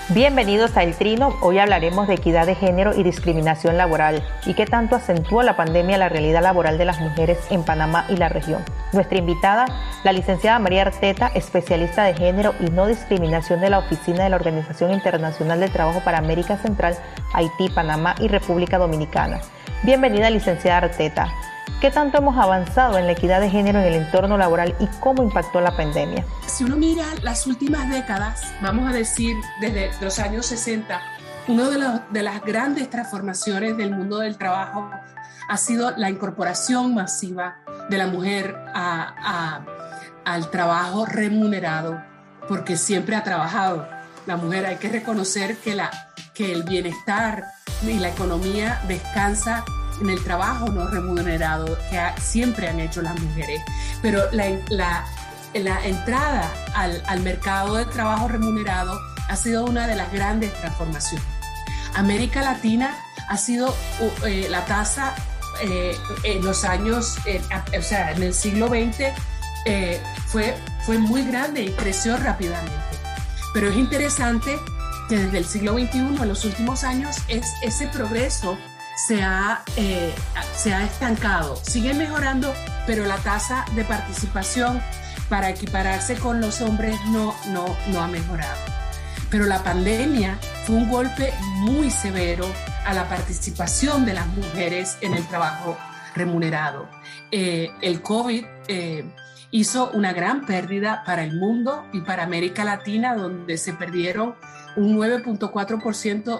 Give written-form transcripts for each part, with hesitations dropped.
Bienvenidos a El Trino. Hoy hablaremos de equidad de género y discriminación laboral y qué tanto acentuó la pandemia la realidad laboral de las mujeres en Panamá y la región. Nuestra invitada, la licenciada María Arteta, especialista de género y no discriminación de la Oficina de la Organización Internacional del Trabajo para América Central, Haití, Panamá y República Dominicana. Bienvenida, licenciada Arteta. ¿Qué tanto hemos avanzado en la equidad de género en el entorno laboral y cómo impactó la pandemia? Si uno mira las últimas décadas, vamos a decir desde los años 60, una de las grandes transformaciones del mundo del trabajo ha sido la incorporación masiva de la mujer al trabajo remunerado, porque siempre ha trabajado. La mujer, hay que reconocer que el bienestar y la economía descansa en el trabajo no remunerado que siempre han hecho las mujeres, pero la entrada al mercado de trabajo remunerado ha sido una de las grandes transformaciones. América Latina ha sido la tasa en los años, en el siglo XX fue muy grande y creció rápidamente, pero es interesante que desde el siglo XXI, en los últimos años, ese progreso se ha estancado. Sigue mejorando, pero la tasa de participación para equipararse con los hombres no ha mejorado. Pero la pandemia fue un golpe muy severo a la participación de las mujeres en el trabajo remunerado. El COVID hizo una gran pérdida para el mundo y para América Latina, donde se perdieron un 9.4%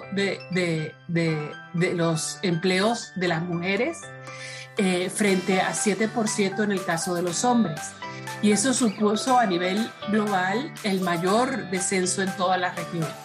de los empleos de las mujeres frente a 7% en el caso de los hombres. Y eso supuso a nivel global el mayor descenso en todas las regiones.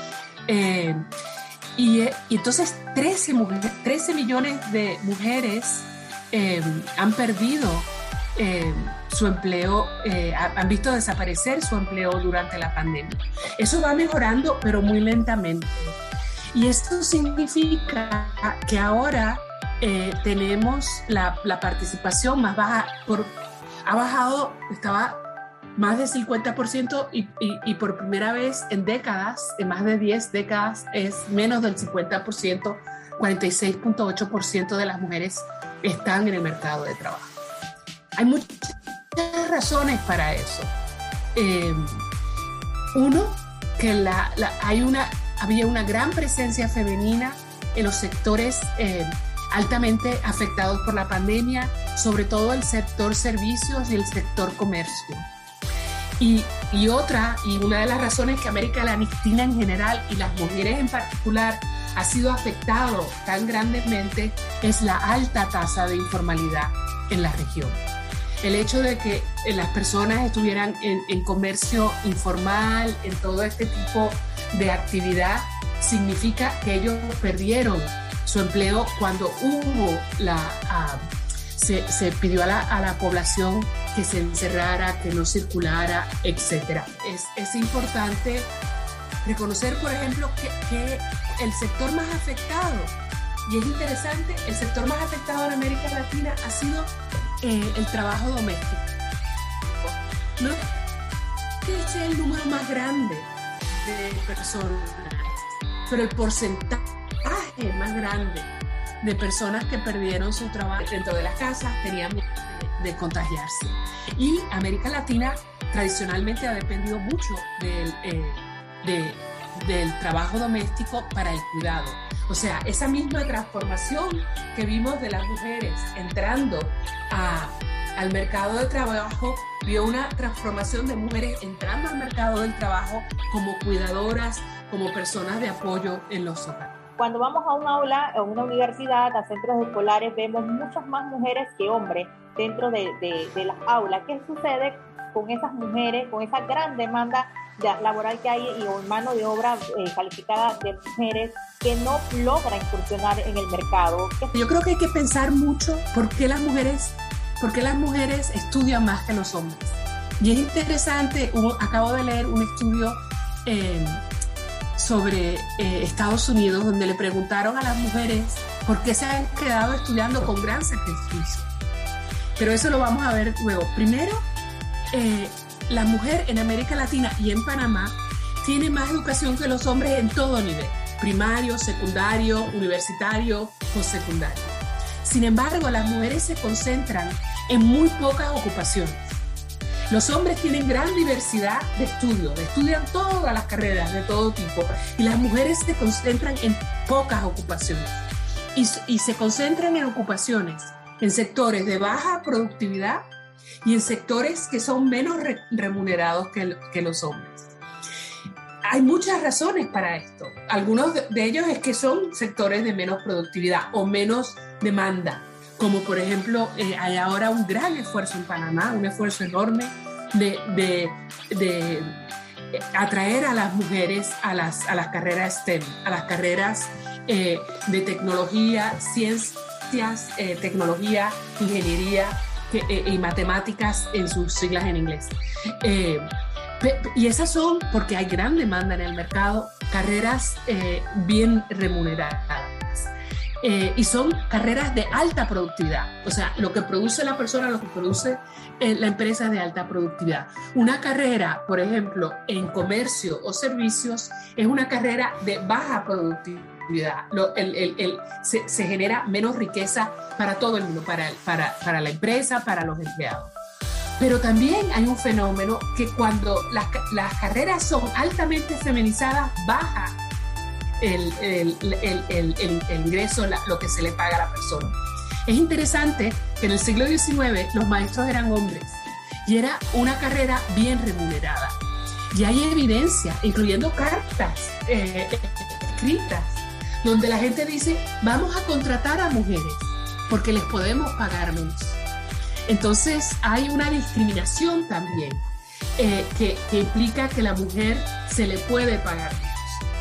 Y entonces 13 millones de mujeres han perdido su empleo, han visto desaparecer su empleo durante la pandemia. Eso va mejorando, pero muy lentamente. Y esto significa que ahora tenemos la participación más baja, ha bajado, estaba más del 50% y por primera vez en décadas, en más de 10 décadas, es menos del 50%, 46.8% de las mujeres están en el mercado de trabajo. Hay muchas razones para eso. Uno, que había una gran presencia femenina en los sectores altamente afectados por la pandemia, sobre todo el sector servicios y el sector comercio. Y una de las razones que América Latina en general y las mujeres en particular ha sido afectado tan grandemente es la alta tasa de informalidad en la región. El hecho de que las personas estuvieran en comercio informal, en todo este tipo de actividad, significa que ellos perdieron su empleo cuando se pidió a la población que se encerrara, que no circulara, etc. Es importante reconocer, por ejemplo, que el sector más afectado, y es interesante, el sector más afectado en América Latina ha sido el trabajo doméstico. No es que sea el número más grande de personas, pero el porcentaje más grande de personas que perdieron su trabajo dentro de las casas tenían de contagiarse. Y América Latina tradicionalmente ha dependido mucho del trabajo doméstico para el cuidado. O sea, esa misma transformación que vimos de las mujeres entrando al mercado de trabajo, vio una transformación de mujeres entrando al mercado del trabajo como cuidadoras, como personas de apoyo en los hogares. Cuando vamos a un aula, a una universidad, a centros escolares, vemos muchas más mujeres que hombres dentro de las aulas. ¿Qué sucede con esas mujeres, con esa gran demanda laboral que hay y mano de obra calificada de mujeres que no logra incursionar en el mercado? Yo creo que hay que pensar mucho por qué las mujeres estudian más que los hombres. Y es interesante, acabo de leer un estudio sobre Estados Unidos, donde le preguntaron a las mujeres por qué se han quedado estudiando con gran sacrificio. Pero eso lo vamos a ver luego. Primero, la mujer en América Latina y en Panamá tienen más educación que los hombres en todo nivel, primario, secundario, universitario, postsecundario. Sin embargo, las mujeres se concentran en muy pocas ocupaciones. Los hombres tienen gran diversidad de estudios, estudian todas las carreras de todo tipo, y las mujeres se concentran en pocas ocupaciones. Y se concentran en ocupaciones, en sectores de baja productividad y en sectores que son menos remunerados que los hombres. Hay muchas razones para esto. Algunos de ellos es que son sectores de menos productividad o menos demanda, como por ejemplo hay ahora un gran esfuerzo en Panamá, un esfuerzo enorme de atraer a las mujeres a las carreras STEM, a las carreras de tecnología, ciencias, tecnología, ingeniería y matemáticas en sus siglas en inglés. Y esas son, porque hay gran demanda en el mercado, carreras bien remuneradas. Y son carreras de alta productividad, o sea, lo que produce la persona, lo que produce la empresa es de alta productividad. Una carrera, por ejemplo, en comercio o servicios, es una carrera de baja productividad. Se genera menos riqueza para todo el mundo, para la empresa, para los empleados. Pero también hay un fenómeno que cuando las carreras son altamente feminizadas, baja el ingreso, lo que se le paga a la persona. Es interesante que en el siglo XIX los maestros eran hombres y era una carrera bien remunerada. Y hay evidencia, incluyendo cartas escritas, donde la gente dice, vamos a contratar a mujeres porque les podemos pagar menos. Entonces hay una discriminación también que implica que la mujer se le puede pagar menos.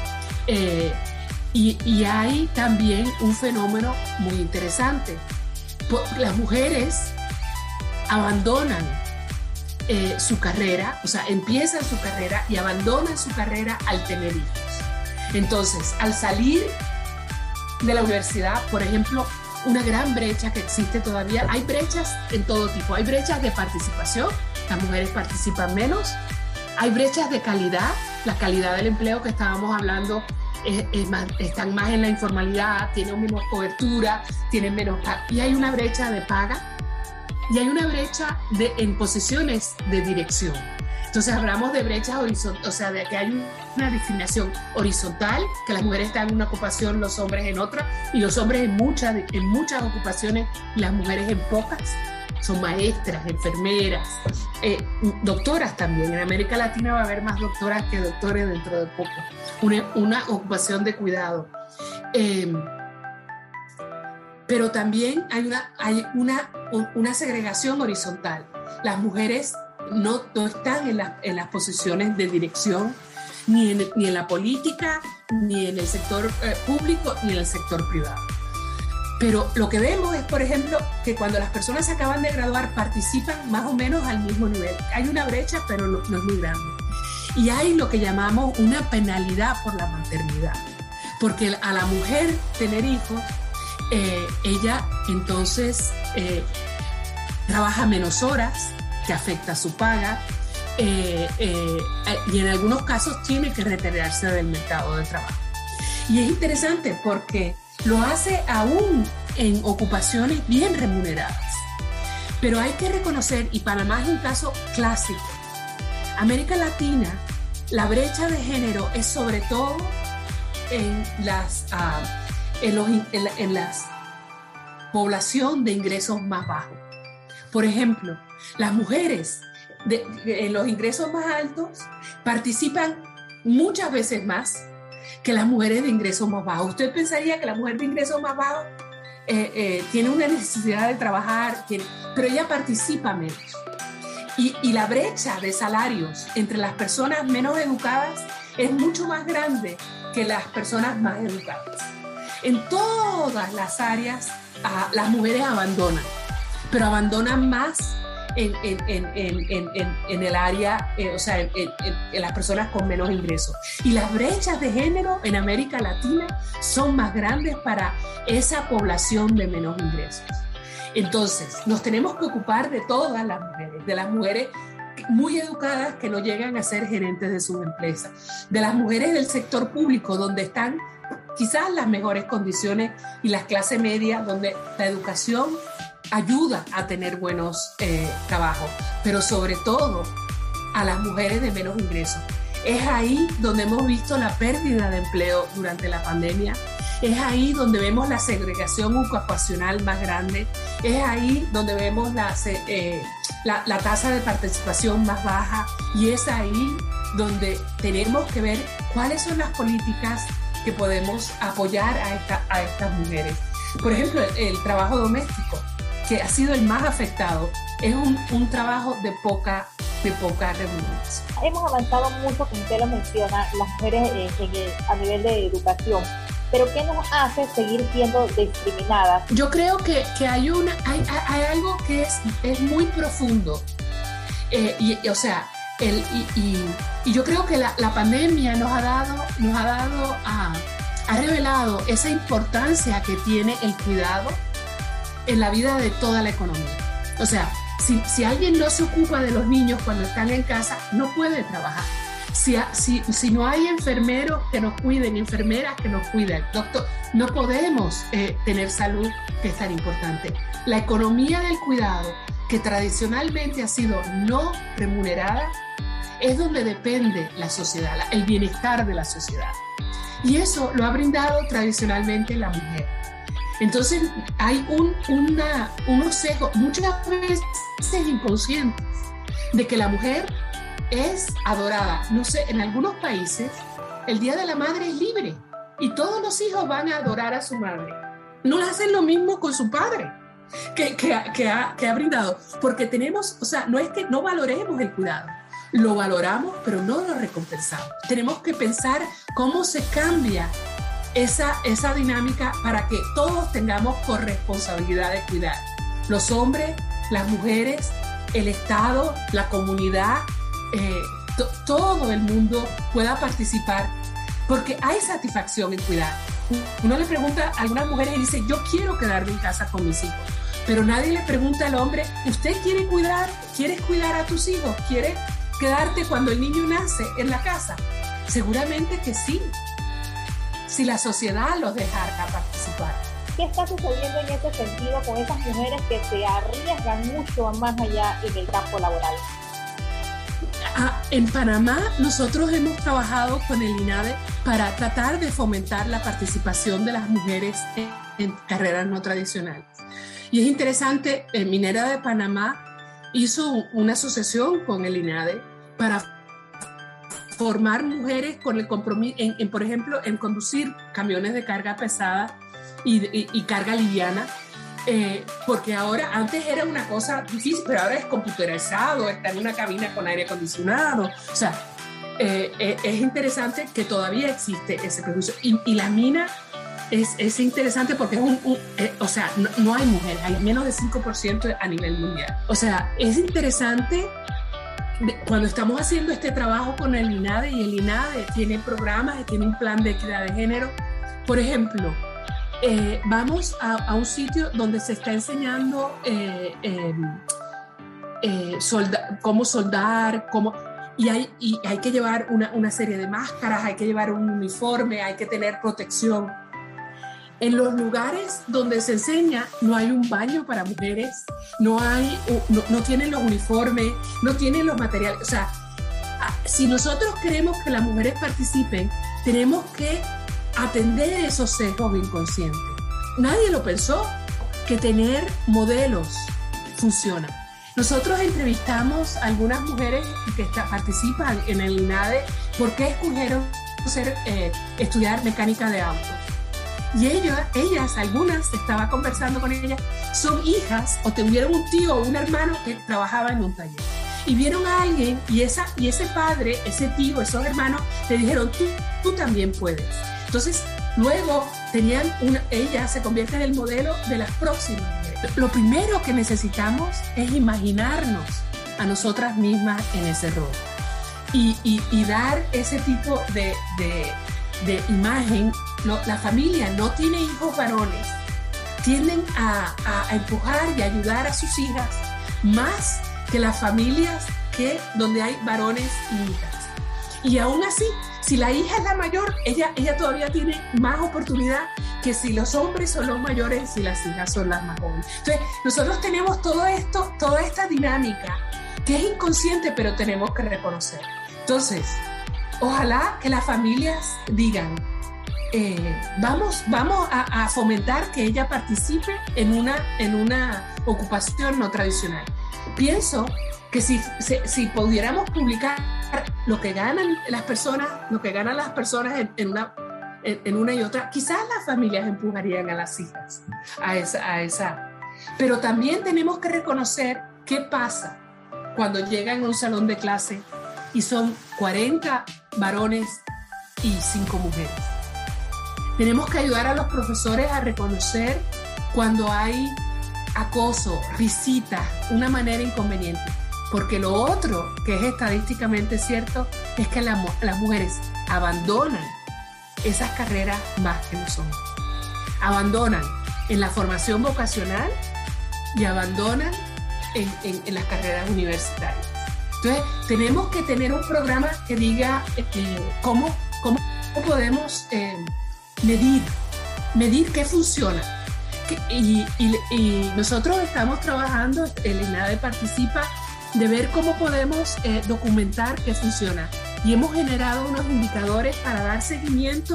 Y hay también un fenómeno muy interesante. Las mujeres abandonan su carrera, o sea, empiezan su carrera y abandonan su carrera al tener hijos. Entonces, al salir de la universidad, por ejemplo, una gran brecha que existe todavía, hay brechas en todo tipo, hay brechas de participación, las mujeres participan menos, hay brechas de calidad, la calidad del empleo que estábamos hablando están más en la informalidad, tienen menos cobertura, tienen menos paga, y hay una brecha de paga y hay una brecha en posiciones de dirección. Entonces hablamos de brechas horizontales, o sea, de que hay una discriminación horizontal, que las mujeres están en una ocupación, los hombres en otra, y los hombres en muchas ocupaciones y las mujeres en pocas. Son maestras, enfermeras, doctoras también. En América Latina va a haber más doctoras que doctores dentro de poco. Una ocupación de cuidado. Pero también hay una segregación horizontal. Las mujeres no están en las posiciones de dirección, ni en la política, ni en el sector público, ni en el sector privado. Pero lo que vemos es, por ejemplo, que cuando las personas se acaban de graduar participan más o menos al mismo nivel. Hay una brecha, pero no es muy grande. Y hay lo que llamamos una penalidad por la maternidad. Porque a la mujer tener hijos, ella entonces trabaja menos horas, que afecta su paga, y en algunos casos tiene que retirarse del mercado de trabajo. Y es interesante porque lo hace aún en ocupaciones bien remuneradas. Pero hay que reconocer, y Panamá es un caso clásico, América Latina, la brecha de género es sobre todo en la población de ingresos más bajos. Por ejemplo, las mujeres en los ingresos más altos participan muchas veces más que las mujeres de ingresos más bajos. Usted pensaría que la mujer de ingresos más bajos tiene una necesidad de trabajar, pero ella participa menos. Y la brecha de salarios entre las personas menos educadas es mucho más grande que las personas más educadas. En todas las áreas las mujeres abandonan, pero abandonan más en el área, o sea, en las personas con menos ingresos. Y las brechas de género en América Latina son más grandes para esa población de menos ingresos. Entonces, nos tenemos que ocupar de todas las mujeres, de las mujeres muy educadas que no llegan a ser gerentes de sus empresas, de las mujeres del sector público, donde están quizás las mejores condiciones, y las clases medias, donde la educación ayuda a tener buenos trabajos, pero sobre todo a las mujeres de menos ingresos. Es ahí donde hemos visto la pérdida de empleo durante la pandemia. Es ahí donde vemos la segregación ocupacional más grande. Es ahí donde vemos la tasa de participación más baja. Y es ahí donde tenemos que ver cuáles son las políticas que podemos apoyar a estas mujeres. Por ejemplo, el trabajo doméstico, que ha sido el más afectado, es un trabajo de poca remuneración. Hemos avanzado mucho, como usted lo menciona, las mujeres a nivel de educación, pero ¿qué nos hace seguir siendo discriminadas? Yo creo que hay algo que es muy profundo, y yo creo que la pandemia ha revelado esa importancia que tiene el cuidado en la vida de toda la economía. O sea, si alguien no se ocupa de los niños cuando están en casa, no puede trabajar. Si no hay enfermeros que nos cuiden, enfermeras que nos cuiden, doctor, no podemos tener salud, que es tan importante. La economía del cuidado, que tradicionalmente ha sido no remunerada, es donde depende la sociedad, el bienestar de la sociedad. Y eso lo ha brindado tradicionalmente la mujer. Entonces hay unos sesgos, muchas veces inconscientes, de que la mujer es adorada. No sé, en algunos países el Día de la Madre es libre y todos los hijos van a adorar a su madre. No hacen lo mismo con su padre que ha brindado, porque tenemos, o sea, no es que no valoremos el cuidado, lo valoramos, pero no lo recompensamos. Tenemos que pensar cómo se cambia esa dinámica para que todos tengamos corresponsabilidad de cuidar. Los hombres, las mujeres, el Estado, la comunidad, todo el mundo pueda participar, porque hay satisfacción en cuidar. Uno le pregunta a algunas mujeres y dice, yo quiero quedarme en casa con mis hijos, pero nadie le pregunta al hombre, ¿usted quiere cuidar? ¿Quieres cuidar a tus hijos? ¿Quieres quedarte cuando el niño nace en la casa? Seguramente que sí, si la sociedad los dejara participar. ¿Qué está sucediendo en ese sentido con esas mujeres que se arriesgan mucho más allá en el campo laboral? En Panamá nosotros hemos trabajado con el INADE para tratar de fomentar la participación de las mujeres en carreras no tradicionales. Y es interesante, Minera de Panamá hizo una asociación con el INADE para formar mujeres con el compromiso, por ejemplo, en conducir camiones de carga pesada y carga liviana, porque antes era una cosa difícil, pero ahora es computerizado, está en una cabina con aire acondicionado. O sea, es interesante que todavía existe ese prejuicio. Y la mina es interesante porque no hay mujeres, hay menos de 5% a nivel mundial. O sea, es interesante cuando estamos haciendo este trabajo con el INADE, y el INADE tiene programas, tiene un plan de equidad de género. Por ejemplo, vamos a un sitio donde se está enseñando cómo soldar, y hay que llevar una serie de máscaras, hay que llevar un uniforme, hay que tener protección. En los lugares donde se enseña no hay un baño para mujeres, no tienen los uniformes, no tienen los materiales. O sea, si nosotros queremos que las mujeres participen, tenemos que atender esos sesgos inconscientes. Nadie lo pensó, que tener modelos funciona. Nosotros entrevistamos a algunas mujeres que participan en el INADE por qué escogieron estudiar mecánica de autos. Y ellas, algunas, estaba conversando con ellas, son hijas o tuvieron un tío o un hermano que trabajaba en un taller. Y vieron a alguien y ese padre, ese tío, esos hermanos le dijeron, tú también puedes. Entonces, luego ella se convierte en el modelo de las próximas mujeres. Lo primero que necesitamos es imaginarnos a nosotras mismas en ese rol y dar ese tipo de imagen. La familia no tiene hijos varones, tienden a empujar y ayudar a sus hijas más que las familias donde hay varones y hijas. Y aún así, si la hija es la mayor, ella todavía tiene más oportunidad que si los hombres son los mayores y las hijas son las más jóvenes. Entonces, nosotros tenemos todo esto, toda esta dinámica que es inconsciente, pero tenemos que reconocer. Entonces, ojalá que las familias digan, vamos a fomentar que ella participe en una ocupación no tradicional. Pienso que si pudiéramos publicar lo que ganan las personas en una y otra, quizás las familias empujarían a las hijas a esa. Pero también tenemos que reconocer qué pasa cuando llegan a un salón de clase y son 40 varones y 5 mujeres. Tenemos que ayudar a los profesores a reconocer cuando hay acoso, risita, una manera inconveniente. Porque lo otro que es estadísticamente cierto es que las mujeres abandonan esas carreras más que los hombres. Abandonan en la formación vocacional y abandonan en las carreras universitarias. Entonces, tenemos que tener un programa que diga cómo podemos medir qué funciona. Y nosotros estamos trabajando, el INADE participa, de ver cómo podemos documentar qué funciona. Y hemos generado unos indicadores para dar seguimiento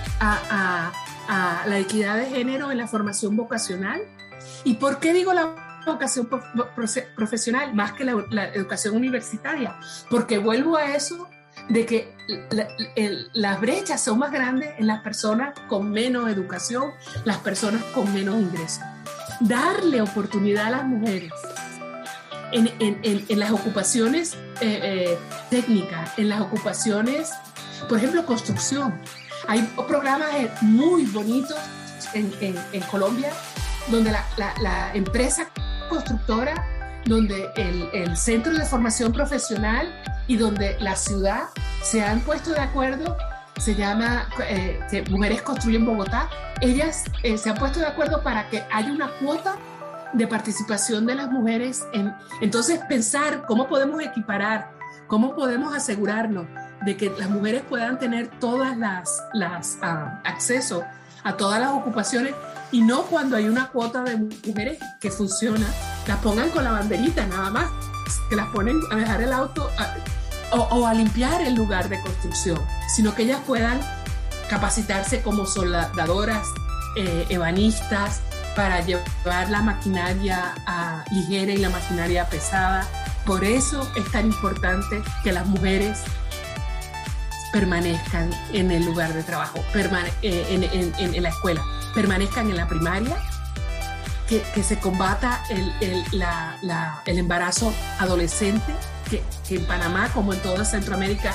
a la equidad de género en la formación vocacional. ¿Y por qué digo la vocación profesional más que la educación universitaria? Porque vuelvo a eso de que las brechas son más grandes en las personas con menos educación, las personas con menos ingresos. Darle oportunidad a las mujeres en las ocupaciones técnicas, en las ocupaciones, por ejemplo, construcción. Hay programas muy bonitos en Colombia donde la empresa constructora, donde el centro de formación profesional y donde la ciudad se han puesto de acuerdo, se llama que Mujeres Construyen Bogotá. Ellas se han puesto de acuerdo para que haya una cuota de participación de las mujeres. Entonces, pensar cómo podemos equiparar, cómo podemos asegurarnos de que las mujeres puedan tener todas las acceso a todas las ocupaciones, y no cuando hay una cuota de mujeres que funciona, las pongan con la banderita nada más, que las ponen a dejar el auto o a limpiar el lugar de construcción, sino que ellas puedan capacitarse como soldadoras, ebanistas, para llevar la maquinaria ligera y la maquinaria pesada. Por eso es tan importante que las mujeres permanezcan en el lugar de trabajo, en la escuela, permanezcan en la primaria, que se combata el embarazo adolescente, que en Panamá, como en toda Centroamérica,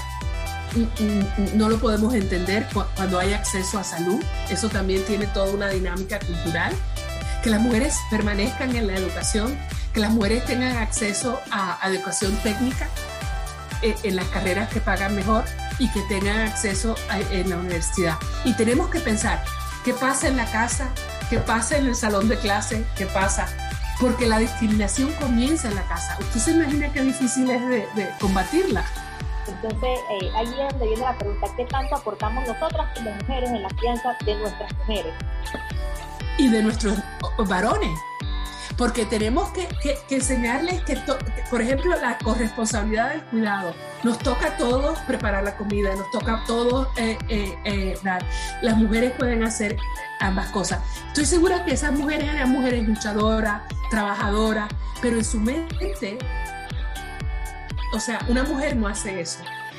no lo podemos entender cuando hay acceso a salud. Eso también tiene toda una dinámica cultural. Que las mujeres permanezcan en la educación, que las mujeres tengan acceso a educación técnica en las carreras que pagan mejor y que tengan acceso en la universidad. Y tenemos que pensar qué pasa en la casa, qué pasa en el salón de clase, qué pasa, porque la discriminación comienza en la casa. ¿Usted se imagina qué difícil es de combatirla? Entonces, ahí es donde viene la pregunta, ¿qué tanto aportamos nosotras como mujeres en la crianza de nuestras mujeres? Y de nuestros varones, porque tenemos que enseñarles que, por ejemplo, la corresponsabilidad del cuidado. Nos toca a todos preparar la comida, nos toca a todos dar. Las mujeres pueden hacer ambas cosas. Estoy segura que esas mujeres eran mujeres luchadoras, trabajadoras, pero en su mente, o sea, una mujer no hace eso.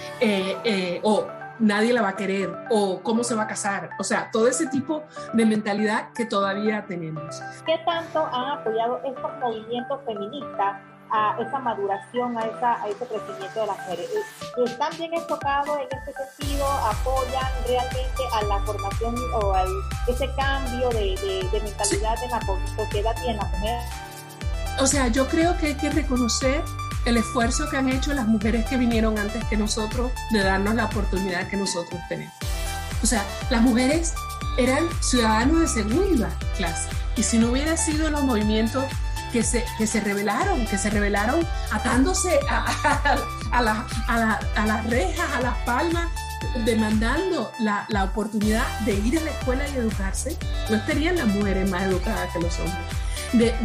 O nadie la va a querer, o cómo se va a casar, o sea, todo ese tipo de mentalidad que todavía tenemos. ¿Qué tanto han apoyado estos movimientos feministas a esa maduración, a ese crecimiento de las mujeres? ¿Están bien enfocados en este sentido? ¿Apoyan realmente a la formación o a ese cambio de mentalidad en la sociedad y en la mujer? O sea, yo creo que hay que reconocer el esfuerzo que han hecho las mujeres que vinieron antes que nosotros de darnos la oportunidad que nosotros tenemos. O sea, las mujeres eran ciudadanos de segunda clase, y si no hubiera sido los movimientos que se rebelaron atándose a las rejas, a las palmas, demandando la oportunidad de ir a la escuela y educarse. No estarían las mujeres más educadas que los hombres,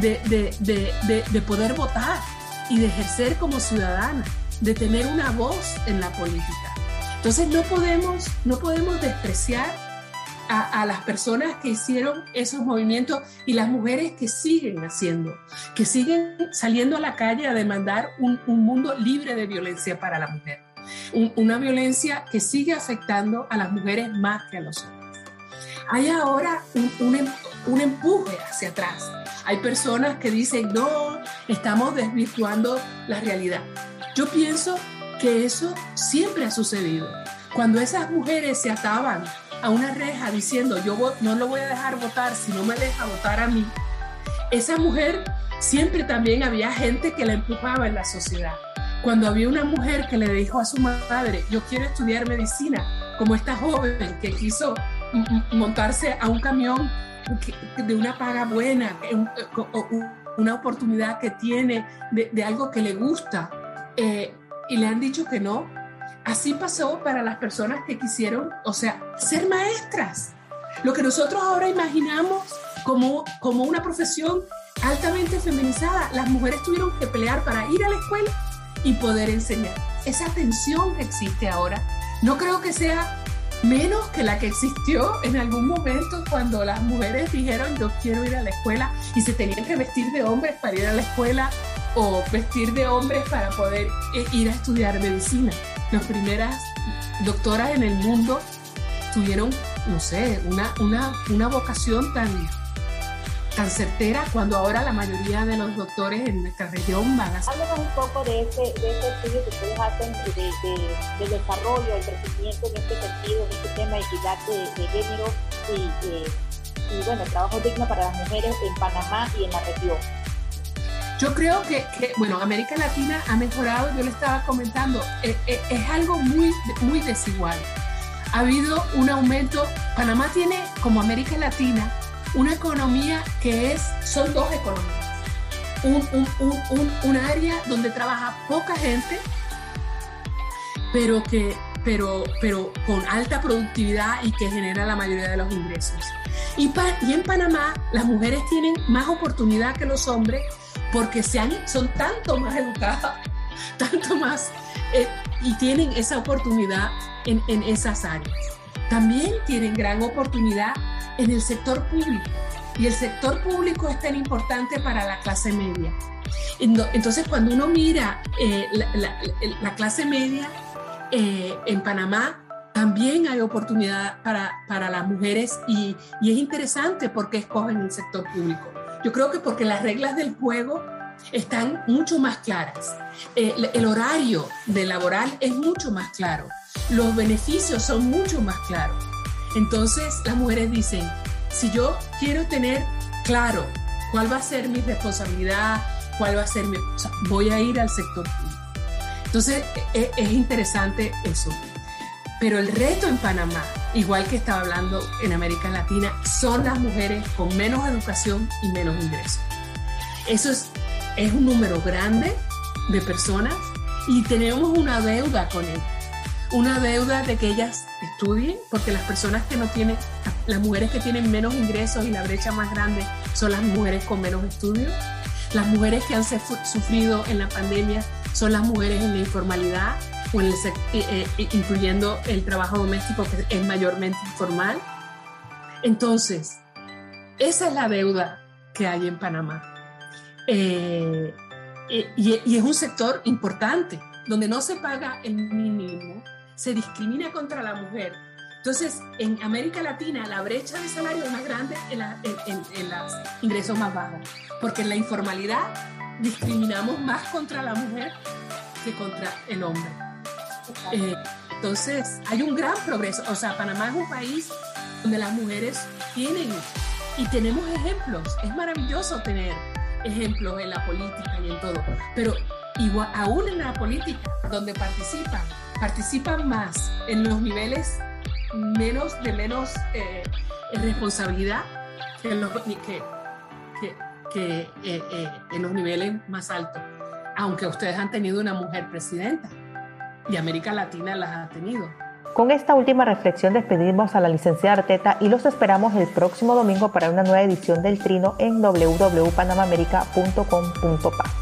de poder votar y de ejercer como ciudadana, de tener una voz en la política. Entonces no podemos despreciar a las personas que hicieron esos movimientos y las mujeres que siguen haciendo, que siguen saliendo a la calle a demandar un mundo libre de violencia para la mujer. Una violencia que sigue afectando a las mujeres más que a los hombres. Hay ahora un empuje hacia atrás. Hay personas que dicen, no, estamos desvirtuando la realidad. Yo pienso que eso siempre ha sucedido. Cuando esas mujeres se ataban a una reja diciendo, yo no lo voy a dejar votar si no me deja votar a mí, esa mujer siempre también había gente que la empujaba en la sociedad. Cuando había una mujer que le dijo a su madre, yo quiero estudiar medicina, como esta joven que quiso montarse a un camión de una paga buena, una oportunidad que tiene de algo que le gusta, y le han dicho que no. Así pasó para las personas que quisieron, ser maestras. Lo que nosotros ahora imaginamos como una profesión altamente feminizada, las mujeres tuvieron que pelear para ir a la escuela y poder enseñar. Esa tensión que existe ahora, no creo que sea menos que la que existió en algún momento cuando las mujeres dijeron, yo quiero ir a la escuela, y se tenían que vestir de hombres para ir a la escuela o vestir de hombres para poder ir a estudiar medicina. Las primeras doctoras en el mundo tuvieron, no sé, una vocación tan certera, cuando ahora la mayoría de los doctores en nuestra región van a... Háblanos un poco de ese estudio que ustedes hacen del desarrollo, el crecimiento en este sentido, en este tema de equidad de género y bueno, trabajo digno para las mujeres en Panamá y en la región. Yo creo que América Latina ha mejorado, yo le estaba comentando, es algo muy, muy desigual. Ha habido un aumento. Panamá tiene, como América Latina, una economía son dos economías. Un área donde trabaja poca gente, pero con alta productividad y que genera la mayoría de los ingresos. Y en Panamá las mujeres tienen más oportunidad que los hombres, porque son tanto más educadas, tanto más, y tienen esa oportunidad en esas áreas. También tienen gran oportunidad en el sector público, y el sector público es tan importante para la clase media. Entonces, cuando uno mira la clase media en Panamá, también hay oportunidad para las mujeres, y es interesante porque escogen el sector público. Yo creo que porque las reglas del juego están mucho más claras. El horario de laboral es mucho más claro. Los beneficios son mucho más claros. Entonces las mujeres dicen, si yo quiero tener claro cuál va a ser mi responsabilidad, voy a ir al sector público. Entonces es interesante eso. Pero el reto en Panamá, igual que estaba hablando en América Latina, son las mujeres con menos educación y menos ingresos. Eso es un número grande de personas, y tenemos una deuda con ellas. Una deuda de que ellas estudien, porque las mujeres que tienen menos ingresos y la brecha más grande son las mujeres con menos estudios. Las mujeres que han sufrido en la pandemia son las mujeres en la informalidad, o incluyendo el trabajo doméstico, que es mayormente informal. Entonces, esa es la deuda que hay en Panamá. Y es un sector importante, donde no se paga el mínimo, se discrimina contra la mujer. Entonces, en América Latina, la brecha de salario es más grande en los ingresos más bajos, porque en la informalidad discriminamos más contra la mujer que contra el hombre. Entonces, hay un gran progreso. Panamá es un país donde las mujeres tenemos ejemplos. Es maravilloso tener ejemplos en la política y en todo, pero igual, aún en la política, donde participan más en los niveles de menos responsabilidad que en los niveles más altos, aunque ustedes han tenido una mujer presidenta y América Latina las ha tenido. Con esta última reflexión despedimos a la licenciada Arteta y los esperamos el próximo domingo para una nueva edición del Trino en www.panamamerica.com.pa.